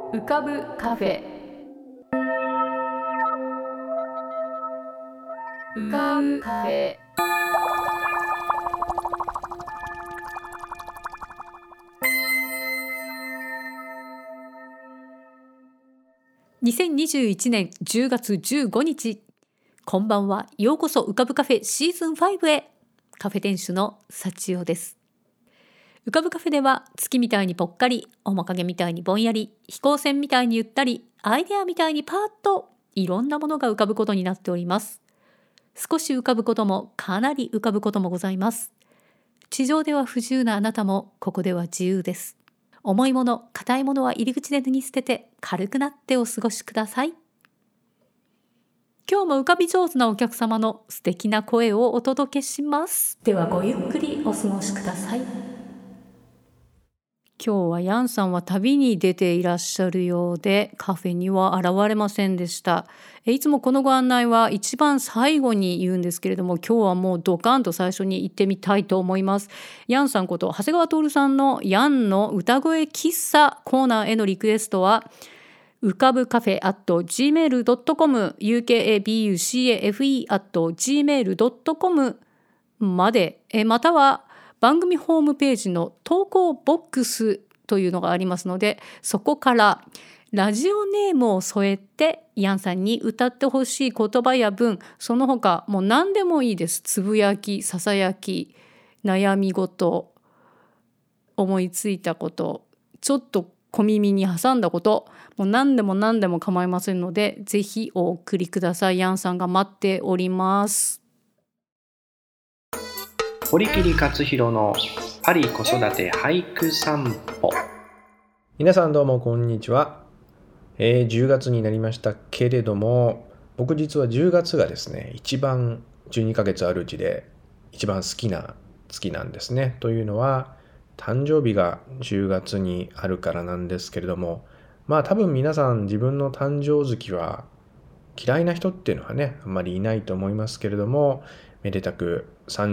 浮かぶカフェ。浮かぶカフェ。2021年10月15日、こんばんは。ようこそ浮かぶカフェシーズン5へ。カフェ店主の幸代です。浮かぶカフェでは、月みたいにぽっかり、面影みたいにぼんやり、飛行船みたいにゆったり、アイデアみたいにパーッと、いろんなものが浮かぶことになっております。少し浮かぶことも、かなり浮かぶこともございます。地上では不自由なあなたも、ここでは自由です。重いもの、硬いものは入り口で脱ぎ捨てて、軽くなってお過ごしください。今日も浮かび上手なお客様の素敵な声をお届けします。ではごゆっくりお過ごしください。今日はヤンさんは旅に出ていらっしゃるようで、カフェには現れませんでした。いつもこのご案内は一番最後に言うんですけれども、今日はもうドカンと最初に行ってみたいと思います。ヤンさんこと長谷川徹さんのヤンの歌声喫茶コーナーへのリクエストは、浮かぶカフェ @gmail.com ukabucafe @gmail.com まで、または番組ホームページの投稿ボックスというのがありますので、そこからラジオネームを添えてヤンさんに歌ってほしい言葉や文、その他もう何でもいいです。つぶやき、ささやき、悩み事、思いついたこと、ちょっと小耳に挟んだこと、もう何でも構いませんので、ぜひお送りください。ヤンさんが待っております。 堀切克弘のパリ子育て俳句散歩。皆さんどうもこんにちは。10月になりましたけれども、僕実は10月がですね、一番12ヶ月あるうちで一番好きな月なんですね。というのは、誕生日が10月にあるからなんですけれども、まあ多分皆さん自分の誕生月は嫌いな人っていうのはね、あんまりいないと思いますけれども、めでたく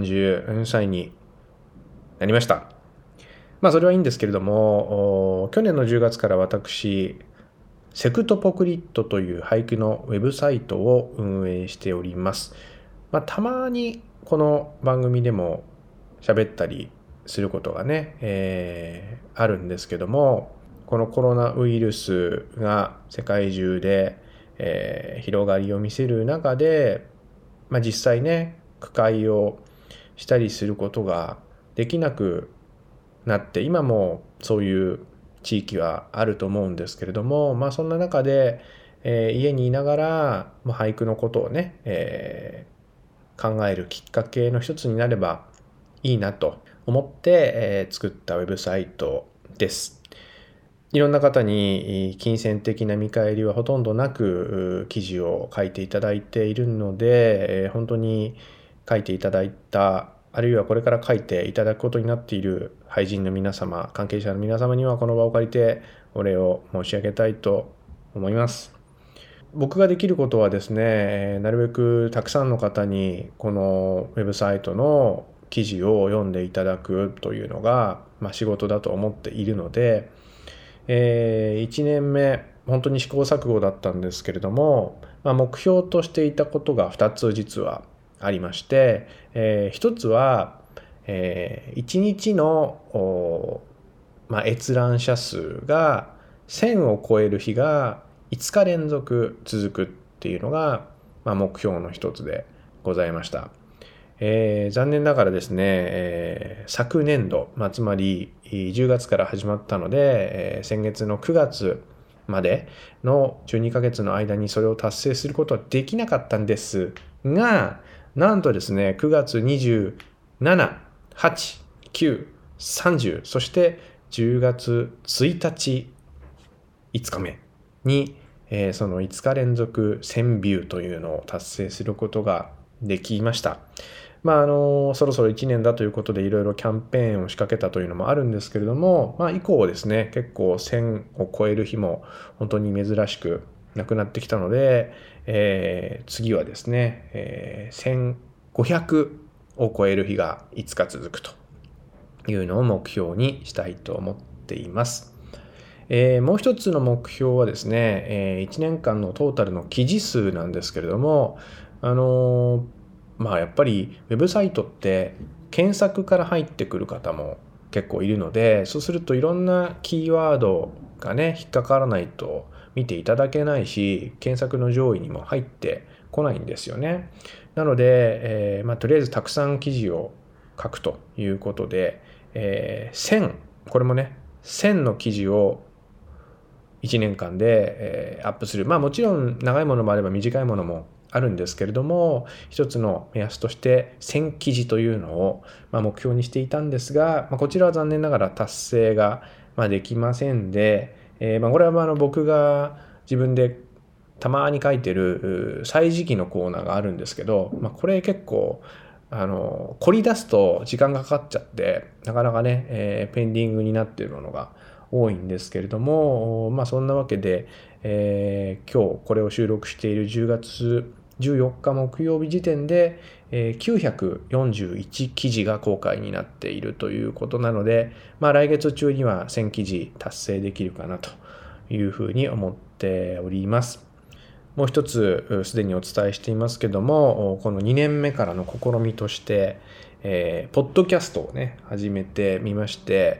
34歳になりました。まあそれはいいんですけれども、去年の10月から私、セクトポクリットという俳句のウェブサイトを運営しております。まあたまにこの番組でも喋ったりすることがね、あるんですけども、このコロナウイルスが世界中で、広がりを見せる中で、まあ、実際ね、句会をしたりすることができなくなって、今もそういう地域はあると思うんですけれども、まあそんな中で、家にいながら、俳句のことをね、考えるきっかけの一つになればいいなと思って、作ったウェブサイトです。いろんな方に金銭的な見返りはほとんどなく記事を書いていただいているので、本当に書いていただいた、あるいはこれから書いていただくことになっている俳人の皆様、関係者の皆様にはこの場を借りてお礼を申し上げたいと思います。僕ができることはですね、なるべくたくさんの方にこのウェブサイトの記事を読んでいただくというのが、仕事だと思っているので、1年目本当に試行錯誤だったんですけれども、目標としていたことが2つ実はありまして、1つは、1日の閲覧者数が1000を超える日が5日連続続くっていうのが、目標の一つでございました。残念ながらですね、昨年度、つまり10月から始まったので、先月の9月までの12ヶ月の間にそれを達成することはできなかったんですが、なんとですね、9月27、8、9、30、そして10月1日、5日目に、その5日連続1000ビューというのを達成することができました。そろそろ1年だということでいろいろキャンペーンを仕掛けたというのもあるんですけれども、以降ですね、結構1000を超える日も本当に珍しくなくなってきたので、次はですね、1500を超える日が5日続くというのを目標にしたいと思っています。 もう一つの目標はですね、1年間のトータルの記事数なんですけれども、やっぱりウェブサイトって検索から入ってくる方も結構いるので、そうするといろんなキーワードがね引っかからないと見ていただけないし、検索の上位にも入ってこないんですよね。なので、とりあえずたくさん記事を書くということで、1000これもね1000の記事を1年間で、アップする。もちろん長いものもあれば短いものもあるんですけれども、一つの目安として1000記事というのを、目標にしていたんですが、こちらは残念ながら達成が、できませんで、これは僕が自分でたまに書いてる歳時記のコーナーがあるんですけど、これ結構凝り出すと時間がかかっちゃってなかなかね、ペンディングになっているものが多いんですけれども、そんなわけで、今日これを収録している10月14日木曜日時点で、941記事が公開になっているということなので、来月中には1000記事達成できるかなというふうに思っております。もう一つすでにお伝えしていますけども、この2年目からの試みとして、ポッドキャストをね始めてみまして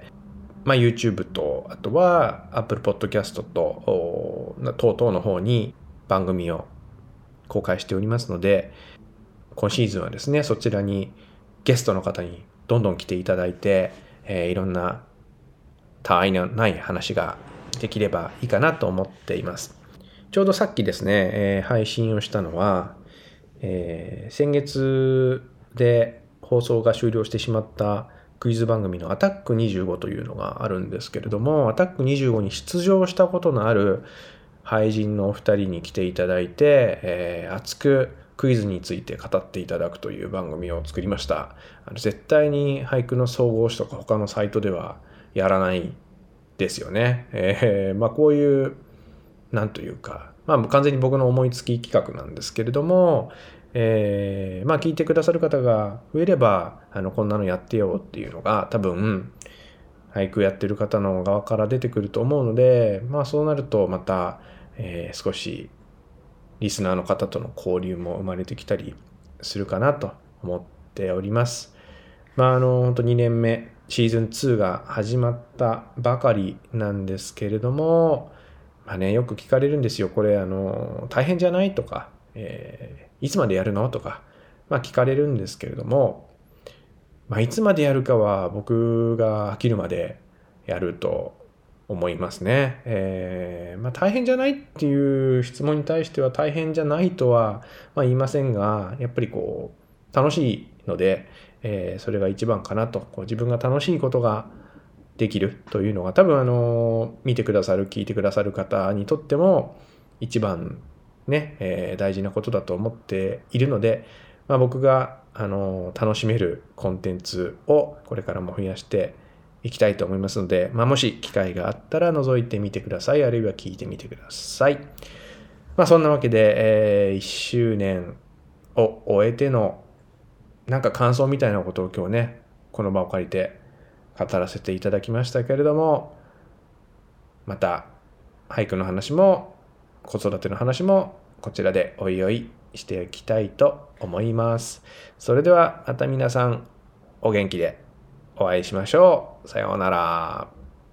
、YouTube とあとは Apple Podcast と等々の方に番組を公開しておりますので、今シーズンはですねそちらにゲストの方にどんどん来ていただいて、いろんな他愛のない話ができればいいかなと思っています。ちょうどさっきですね、配信をしたのは、先月で放送が終了してしまったクイズ番組のアタック25というのがあるんですけれども、アタック25に出場したことのある俳人のお二人に来ていただいて、熱くクイズについて語っていただくという番組を作りました。絶対に俳句の総合誌とか他のサイトではやらないですよね。こういうなんというか、完全に僕の思いつき企画なんですけれども、聞いてくださる方が増えればこんなのやってよっていうのが多分俳句やってる方の側から出てくると思うので、そうなるとまた、少しリスナーの方との交流も生まれてきたりするかなと思っております。本当2年目シーズン2が始まったばかりなんですけれども、よく聞かれるんですよ。これ大変じゃないとか、いつまでやるのとか、聞かれるんですけれども、いつまでやるかは僕が飽きるまでやると思いますね。大変じゃないっていう質問に対しては大変じゃないとは言いませんが、やっぱり楽しいので、それが一番かなと。自分が楽しいことができるというのが多分見てくださる聞いてくださる方にとっても一番ね、大事なことだと思っているので、僕が楽しめるコンテンツをこれからも増やしていきたいと思いますので、もし機会があったら覗いてみてください。あるいは聞いてみてください。そんなわけで、1周年を終えての感想みたいなことを今日ねこの場を借りて語らせていただきましたけれども、また俳句の話も子育ての話もこちらでおいおいしていきたいと思います。それではまた皆さんお元気でお会いしましょう。さようなら。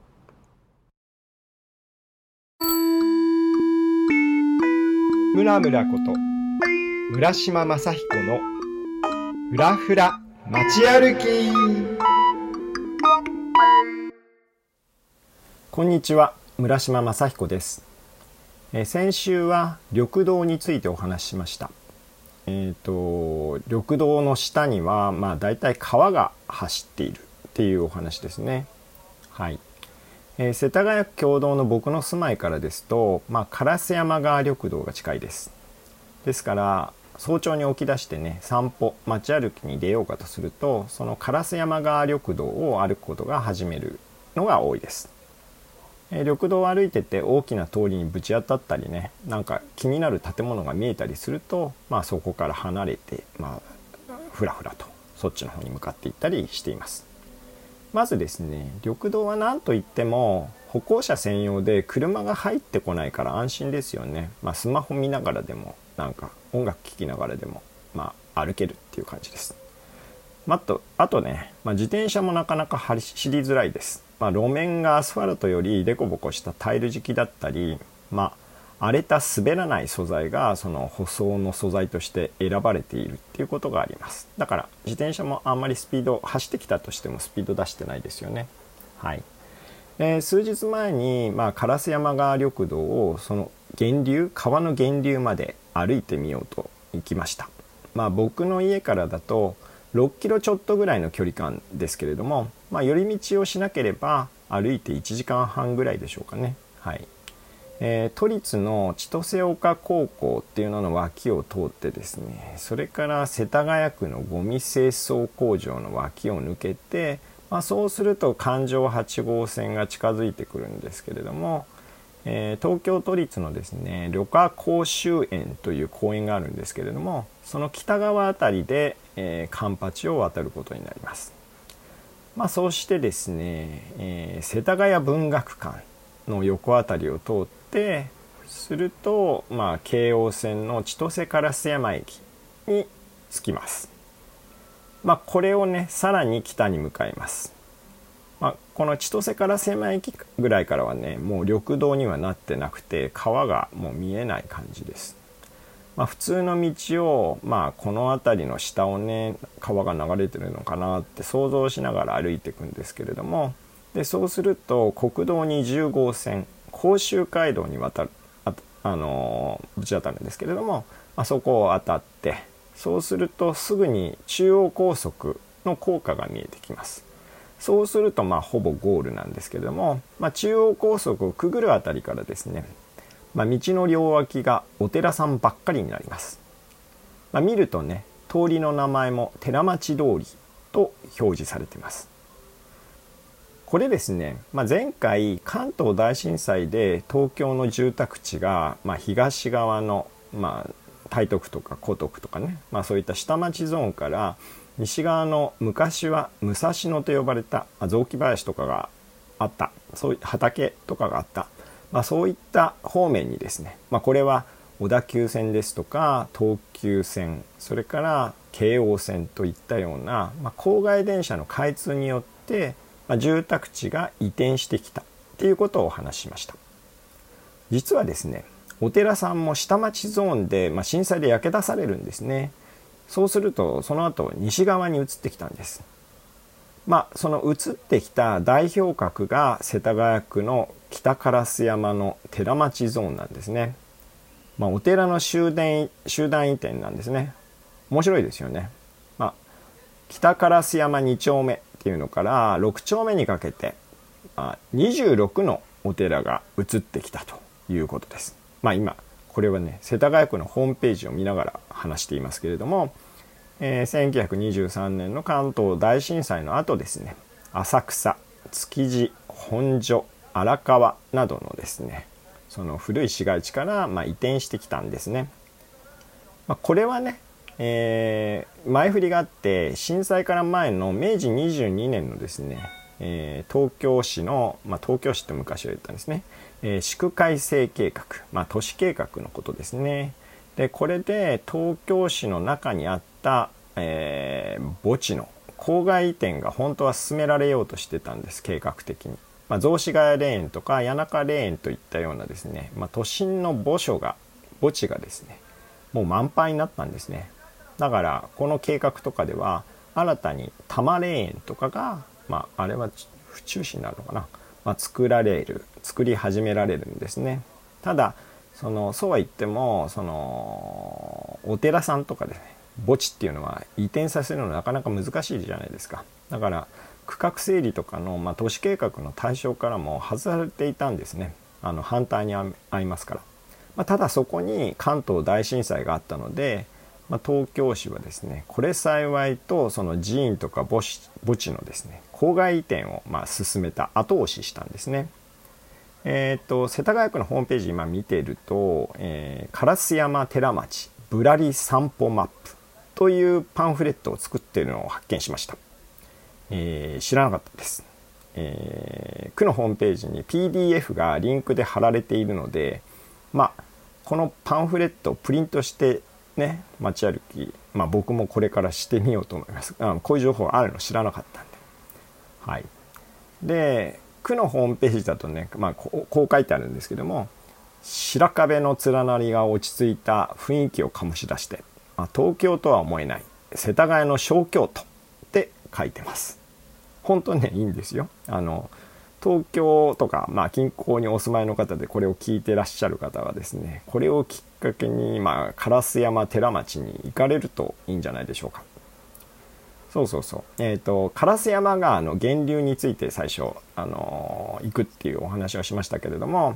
ムラムラこと浦島雅彦のふらふら街歩き。こんにちは、村島雅彦です。先週は緑道についてお話ししました。緑道の下にはだいたい川が走っているっていうお話ですね。はい。世田谷区経堂の僕の住まいからですと、烏山川緑道が近いです。ですから早朝に起き出してね、散歩街歩きに出ようかとすると、その烏山川緑道を歩くことが始めるのが多いです。緑道を歩いてて大きな通りにぶち当たったりね、気になる建物が見えたりすると、そこから離れてふらふらとそっちの方に向かっていったりしています。まずですね、緑道は何といっても歩行者専用で車が入ってこないから安心ですよね。スマホ見ながらでもなんか音楽聴きながらでも歩けるっていう感じです。あとね、自転車もなかなか走りづらいです。路面がアスファルトよりデコボコしたタイル敷きだったり、荒れた滑らない素材がその舗装の素材として選ばれているっていうことがあります。だから自転車もあんまりスピード走ってきたとしてもスピード出してないですよね。はい。数日前に、烏山川緑道をその川の源流まで歩いてみようと行きました。僕の家からだと6キロちょっとぐらいの距離感ですけれども、寄り道をしなければ歩いて1時間半ぐらいでしょうかね。はい。都立の千歳岡高校っていうのの脇を通ってですね、それから世田谷区のゴミ清掃工場の脇を抜けて、そうすると環状8号線が近づいてくるんですけれども、東京都立のですね旅客公衆園という公園があるんですけれども、その北側あたりで、カンパチを渡ることになります。そうしてですね、世田谷文学館の横あたりを通ってすると、京王線の千歳烏山駅に着きます。これをねさらに北に向かいます。この千歳烏山駅ぐらいからはねもう緑道にはなってなくて川がもう見えない感じです。普通の道を、この辺りの下をね川が流れてるのかなって想像しながら歩いていくんですけれども、でそうすると国道20号線甲州街道にぶち当たるんですけれども、そこを当たって、そうするとすぐに中央高速の高架が見えてきます。そうするとほぼゴールなんですけれども、中央高速をくぐるあたりからですね、道の両脇がお寺さんばっかりになります。見るとね通りの名前も寺町通りと表示されています。これですね、前回関東大震災で東京の住宅地が、東側の、台東区とか江東区とかね、そういった下町ゾーンから西側の昔は武蔵野と呼ばれた雑木林とかがあった、そういう畑とかがあった、そういった方面にですね、これは小田急線ですとか東急線、それから京王線といったような、郊外電車の開通によって住宅地が移転してきたっていうことをお話ししました。実はですねお寺さんも下町ゾーンで、震災で焼け出されるんですね。そうするとその後西側に移ってきたんです。その移ってきた代表格が世田谷区の北烏山の寺町ゾーンなんですね。お寺の集団移転なんですね。面白いですよね。北烏山2丁目っていうのから6丁目にかけて26のお寺が移ってきたということです。今これはね世田谷区のホームページを見ながら話していますけれども、1923年の関東大震災の後ですね、浅草、築地、本所、荒川などのですねその古い市街地から移転してきたんですね。これはね、前振りがあって震災から前の明治22年のですね、東京市の、東京市って昔は言ったんですね、市区改正計画、都市計画のことですね。でこれで東京市の中にあった、墓地の郊外移転が本当は進められようとしてたんです、計画的に。雑司ヶ谷霊園とか谷中霊園といったようなですね、都心の墓地がですねもう満杯になったんですね。だからこの計画とかでは新たに多摩霊園とかが、あれは府中市になるのかな、作り始められるんですね。ただそうは言ってもお寺さんとかですね墓地っていうのは移転させるのはなかなか難しいじゃないですか。だから区画整理とかの、都市計画の対象からも外されていたんですね。反対に合いますから。ただそこに関東大震災があったので、東京市はですねこれ幸いとその寺院とか墓地のですね郊外移転を進めた、後押ししたんですね。世田谷区のホームページ今見ていると、烏山寺町ぶらり散歩マップというパンフレットを作っているのを発見しました。知らなかったです。 区のホームページに PDF がリンクで貼られているので、このパンフレットをプリントしてね、街歩き、僕もこれからしてみようと思います。こういう情報あるの知らなかったんで。はい。で、区のホームページだとね、こう書いてあるんですけども、白壁の連なりが落ち着いた雰囲気を醸し出して、東京とは思えない世田谷の小京都って書いてます。本当にね、いいんですよ。東京とか、近郊にお住まいの方でこれを聞いてらっしゃる方はですね、これをきっかけに、烏山寺町に行かれるといいんじゃないでしょうか。烏山川の源流について最初、行くっていうお話をしましたけれども、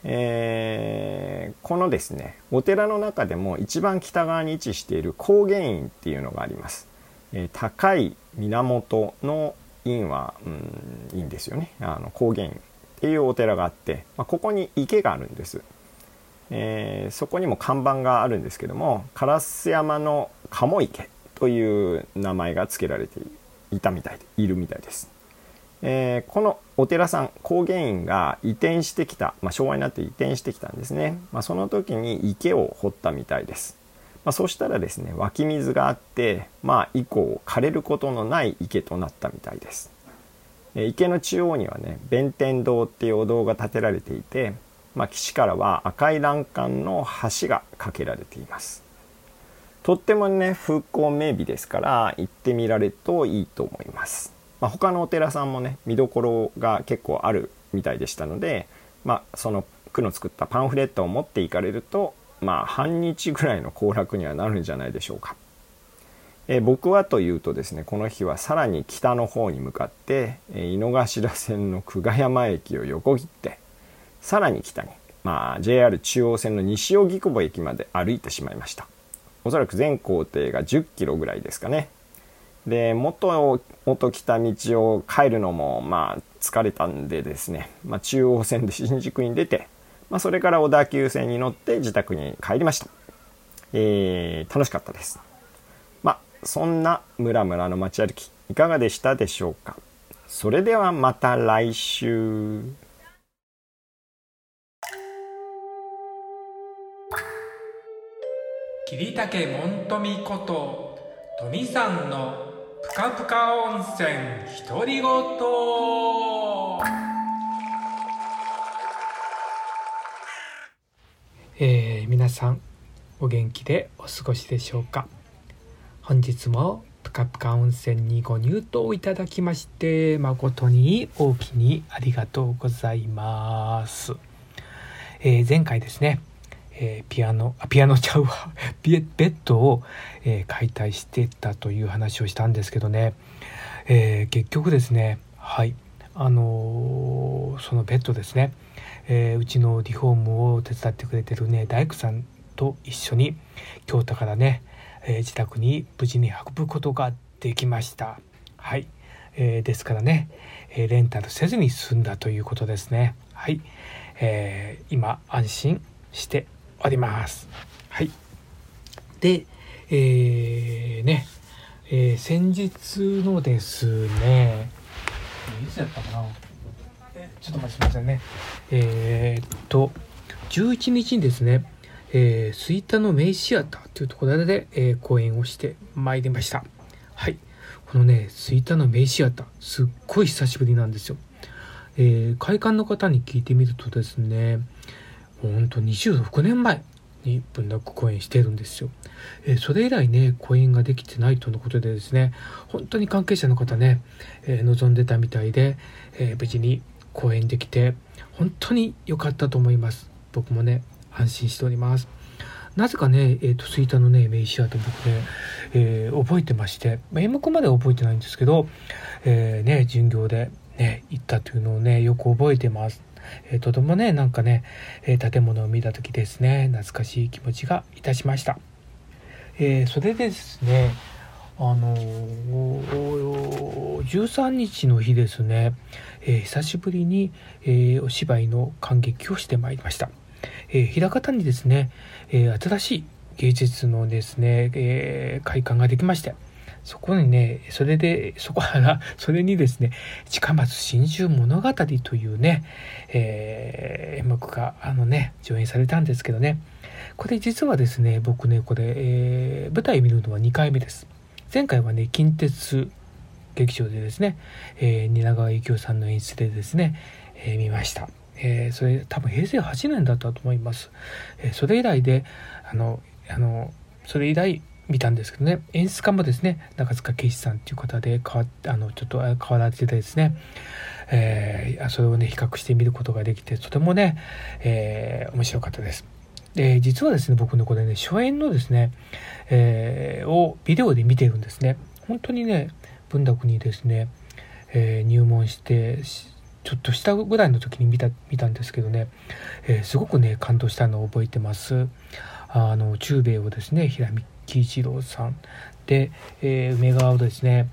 このですね、お寺の中でも一番北側に位置している高原院っていうのがあります。高い源の院は、いいんですよね。高原院っていうお寺があって、ここに池があるんです。そこにも看板があるんですけども、烏山の鴨池という名前が付けられているみたいです。このお寺さん、高原院が移転してきた、昭和になって移転してきたんですね。その時に池を掘ったみたいです。そうしたらですね、湧き水があって、以降枯れることのない池となったみたいです。池の中央にはね、弁天堂っていうお堂が建てられていて、岸からは赤い欄干の橋が架けられています。とってもね、風光明媚ですから行ってみられるといいと思います。他のお寺さんもね、見どころが結構あるみたいでしたので、その区の作ったパンフレットを持って行かれると、半日ぐらいの行楽にはなるんじゃないでしょうか。僕はというとですね、この日はさらに北の方に向かって、井の頭線の久我山駅を横切って、さらに北に、JR 中央線の西荻窪駅まで歩いてしまいました。おそらく全行程が10キロぐらいですかね。で、元来た道を帰るのも疲れたんでですね、中央線で新宿に出て、それから小田急線に乗って自宅に帰りました。楽しかったです。そんなムラムラの街歩きいかがでしたでしょうか。それではまた来週。 桐竹門富こと富さんのぷかぷか温泉独り言。皆さんお元気でお過ごしでしょうか。本日もぷかぷか温泉にご入湯いただきまして誠に大きにありがとうございます。前回ですね、ピアノちゃうわベッドを、解体してたという話をしたんですけどね、結局ですね、はいそのベッドですね、うちのリフォームを手伝ってくれてるね大工さんと一緒に京都からね、自宅に無事に運ぶことができました。はい、ですからね、レンタルせずに済んだということですね。はい、今安心しております。はい。で、先日のですね、いつやったかな。ちょっと待ってくださいね。11日にですね、吹田のメイシアターというところで、公演をしてまいりました。はい。このね、吹田のメイシアター、すっごい久しぶりなんですよ。会館の方に聞いてみるとですね、ほんと26年前に文楽公演しているんですよ。それ以来ね、公演ができてないとのことでですね、本当に関係者の方ね、望んでたみたいで、無事に公演できて本当に良かったと思います。僕もね、安心しております。なぜかね、吹田のね、メイシアター僕ね、覚えてまして、演目までは覚えてないんですけど、巡業でね、行ったというのをね、よく覚えてます。とてもね、なんかね、建物を見た時ですね、懐かしい気持ちがいたしました。それでですね、13日の日ですね、久しぶりに、お芝居の観劇をしてまいりました。枚方にですね、新しい芸術のですね、会館ができまして、 そこにね、それにですね、近松心中物語というね、演目が上演されたんですけどね、これ実はですね、僕ね、これ、舞台見るのは2回目です。前回はね、近鉄劇場でですね、蜷川幸雄さんの演出でですね、見ました。それ多分平成8年だったと思います。それ以来でそれ以来見たんですけどね、演出家もですね、中塚圭史さんという方でちょっと変わられててですね、それをね比較してみることができて、とてもね、面白かったです。実はですね、僕ねこれね初演のですね、をビデオで見てるんですね。本当にね文楽にですね、入門してちょっとしたぐらいの時に見たんですけどね、すごくね感動したのを覚えてます。中兵衛をですね平見喜一郎さんで、梅川をですね、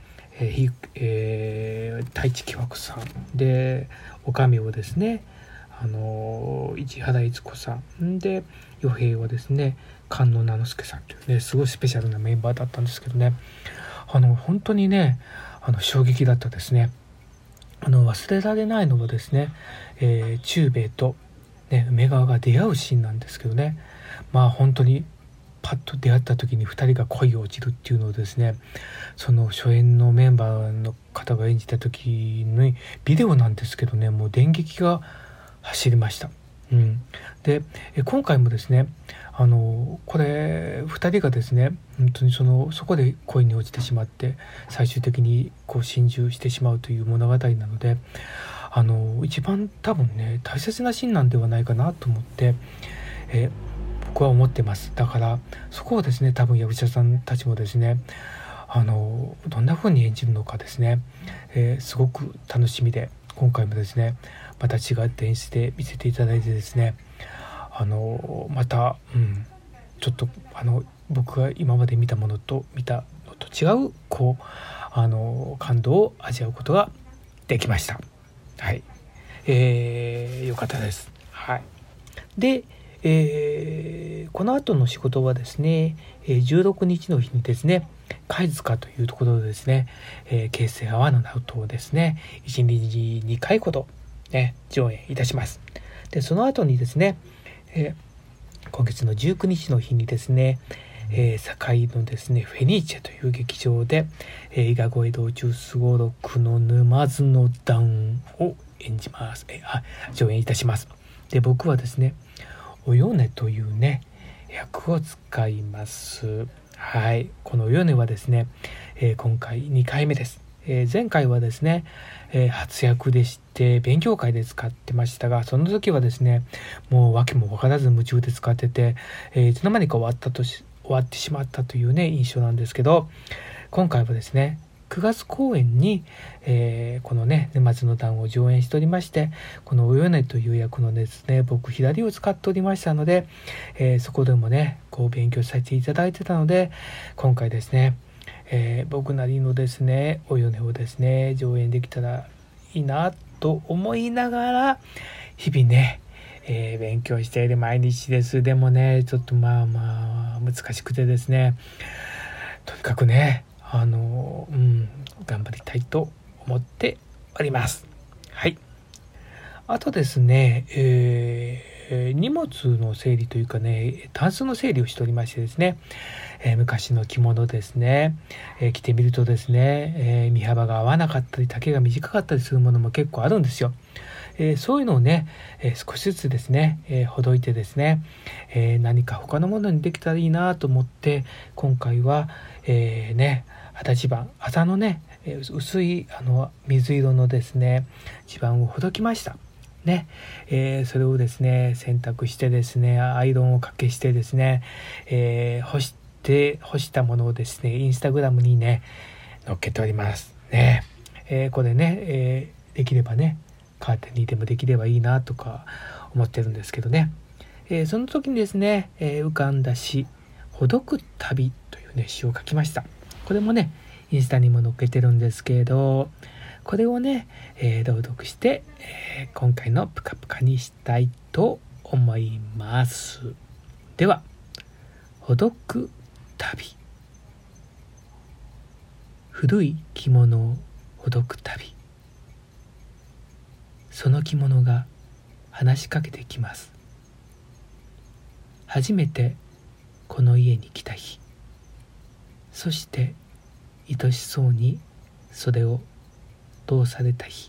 太一喜和さんで、おかみをですね市原悦子さんで、与兵はですね菅野直輔さんというねすごいスペシャルなメンバーだったんですけどね、本当にね衝撃だったですね。忘れられないのはですね、中兵衛と、ね、梅川が出会うシーンなんですけどね、本当にパッと出会った時に2人が恋を落ちるっていうのをですね、その初演のメンバーの方が演じた時にビデオなんですけどね、もう電撃が走りました。で今回もですねこれ2人がですね本当にそこで恋に落ちてしまって最終的に心中してしまうという物語なので、一番多分ね大切なシーンなんではないかなと思って、僕は思ってます。だからそこをですね多分役者さんたちもですねどんな風に演じるのかですね、すごく楽しみで、今回もですねまた違った演出で見せていただいてですね、また、ちょっと僕が今まで見たのと違う感動を味わうことができました。はい、よかったです。はい。で、この後の仕事はですね、16日の日にですね貝塚というところでですね、京成阿波のナウトをですね1日2回ほど、上演いたします。でその後にですね、今月の19日の日にですね、堺のですねフェニーチェという劇場で、伊賀越え道中すごろくの沼津の段を上演いたします。で僕はですねお米というね役を使います。はい、このお米はですね、今回2回目です。前回はですね、初役でして勉強会で使ってましたが、その時はですねもう訳も分からず夢中で使ってて、いつの間にか終わってしまったというね印象なんですけど、今回はですね9月公演に、このね沼津の段を上演しておりまして、このお米という役のですね僕左を使っておりましたので、そこでもね勉強させていただいてたので、今回ですね僕なりのですねお米をですね上演できたらいいなと思いながら日々ね、勉強している毎日です。でもねちょっと難しくてですね、とにかくね頑張りたいと思っております。はい。あとですね、荷物の整理というかねタンスの整理をしておりましてですね、昔の着物ですね、着てみるとですね、身幅が合わなかったり丈が短かったりするものも結構あるんですよ。そういうのをね、少しずつですね、ほどいてですね、何か他のものにできたらいいなと思って今回は、肌地盤麻のね薄い水色のですね地盤をほどきましたね。それをですね洗濯してですねアイロンをかけしてですね、干したものをですねインスタグラムにね載っけておりますね。これね、できればねカーテンにでもできればいいなとか思ってるんですけどね、その時にですね、浮かんだ詩ほどく旅というね詩を書きました。これもねインスタにも載っけてるんですけど、これをね、朗読して、今回のプカプカにしたいと思います。ではほどく旅。 古い着物をほどく旅。その着物が話しかけてきます。初めてこの家に来た日、そして愛しそうにそれを通された日、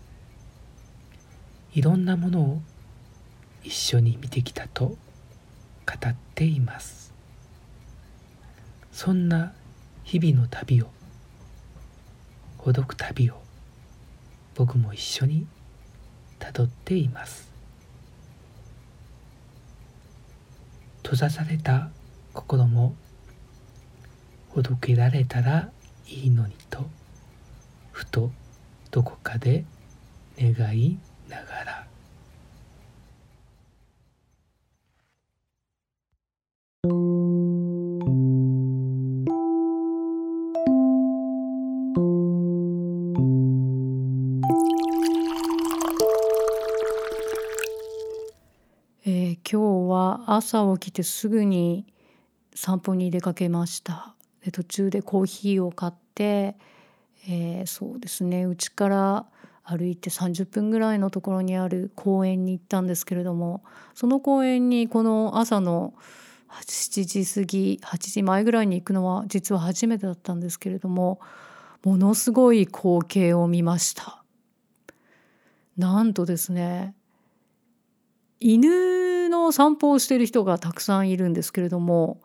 いろんなものを一緒に見てきたと語っています。そんな日々の旅を、ほどく旅を僕も一緒にたどっています。閉ざされた心もほどけられたらいいのにと、ふとどこかで願いながら。 今日は朝起きてすぐに散歩に出かけました。で、途中でコーヒーを買って、そうですね、うちから歩いて30分ぐらいのところにある公園に行ったんですけれども、その公園にこの朝の7時過ぎ、8時前ぐらいに行くのは実は初めてだったんですけれども、ものすごい光景を見ました。なんとですね、犬の散歩をしている人がたくさんいるんですけれども、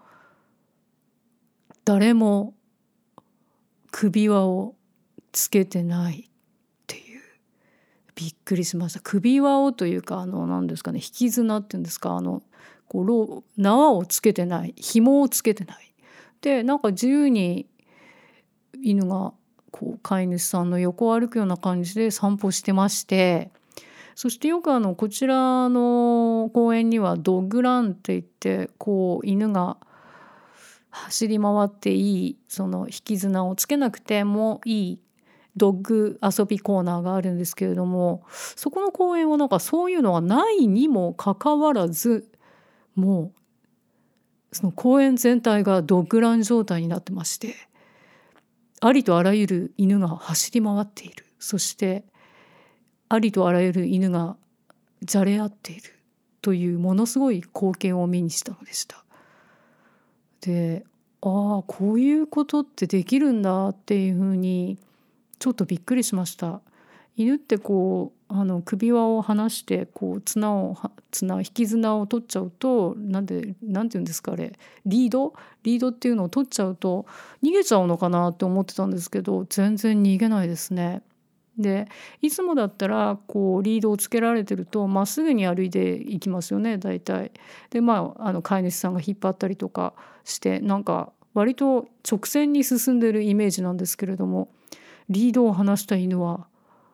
誰も首輪をつけてないっていう、びっくりしました。首輪をというか、何ですかね、引き綱っていうんですか、縄をつけてない、紐をつけてない。で、なんか自由に犬が飼い主さんの横を歩くような感じで散歩してまして、そしてよくこちらの公園にはドッグランって言って、犬が走り回っていい、その引き綱をつけなくてもいいドッグ遊びコーナーがあるんですけれども、そこの公園はなんかそういうのがないにもかかわらず、もうその公園全体がドッグラン状態になってまして、ありとあらゆる犬が走り回っている。そしてありとあらゆる犬がじゃれ合っているというものすごい光景を目にしたのでした。で、こういうことってできるんだっていうふうにちょっとびっくりしました。犬って首輪を離して引き綱を取っちゃうと、なんていうんですか、あれ、リードっていうのを取っちゃうと逃げちゃうのかなって思ってたんですけど、全然逃げないですね。で、いつもだったらリードをつけられてるとまっすぐに歩いていきますよね、大体。で、飼い主さんが引っ張ったりとかして、なんか割と直線に進んでるイメージなんですけれども、リードを離した犬は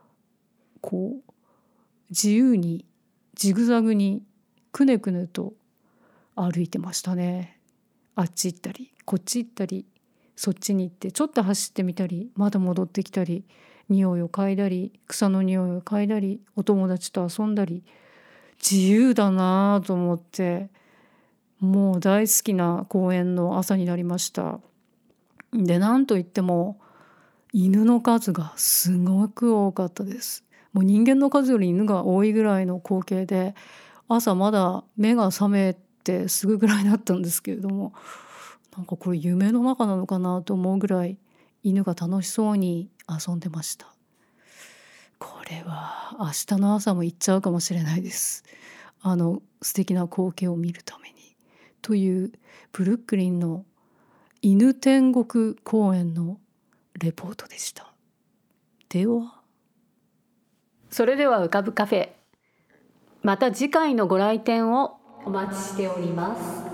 自由にジグザグにくねくねと歩いてましたね。あっち行ったりこっち行ったり、そっちに行ってちょっと走ってみたり、また戻ってきたり、匂いを嗅いだり、草の匂いを嗅いだり、お友達と遊んだり、自由だなと思って、もう大好きな公園の朝になりました。で、なんといっても犬の数がすごく多かったです。もう人間の数より犬が多いぐらいの光景で、朝まだ目が覚めてすぐぐらいだったんですけれども、なんかこれ夢の中なのかなと思うぐらい犬が楽しそうに遊んでました。これは明日の朝も行っちゃうかもしれないです。素敵な光景を見るために。というブルックリンの犬天国公園のレポートでした。では、それでは浮かぶカフェ、また次回のご来店をお待ちしております。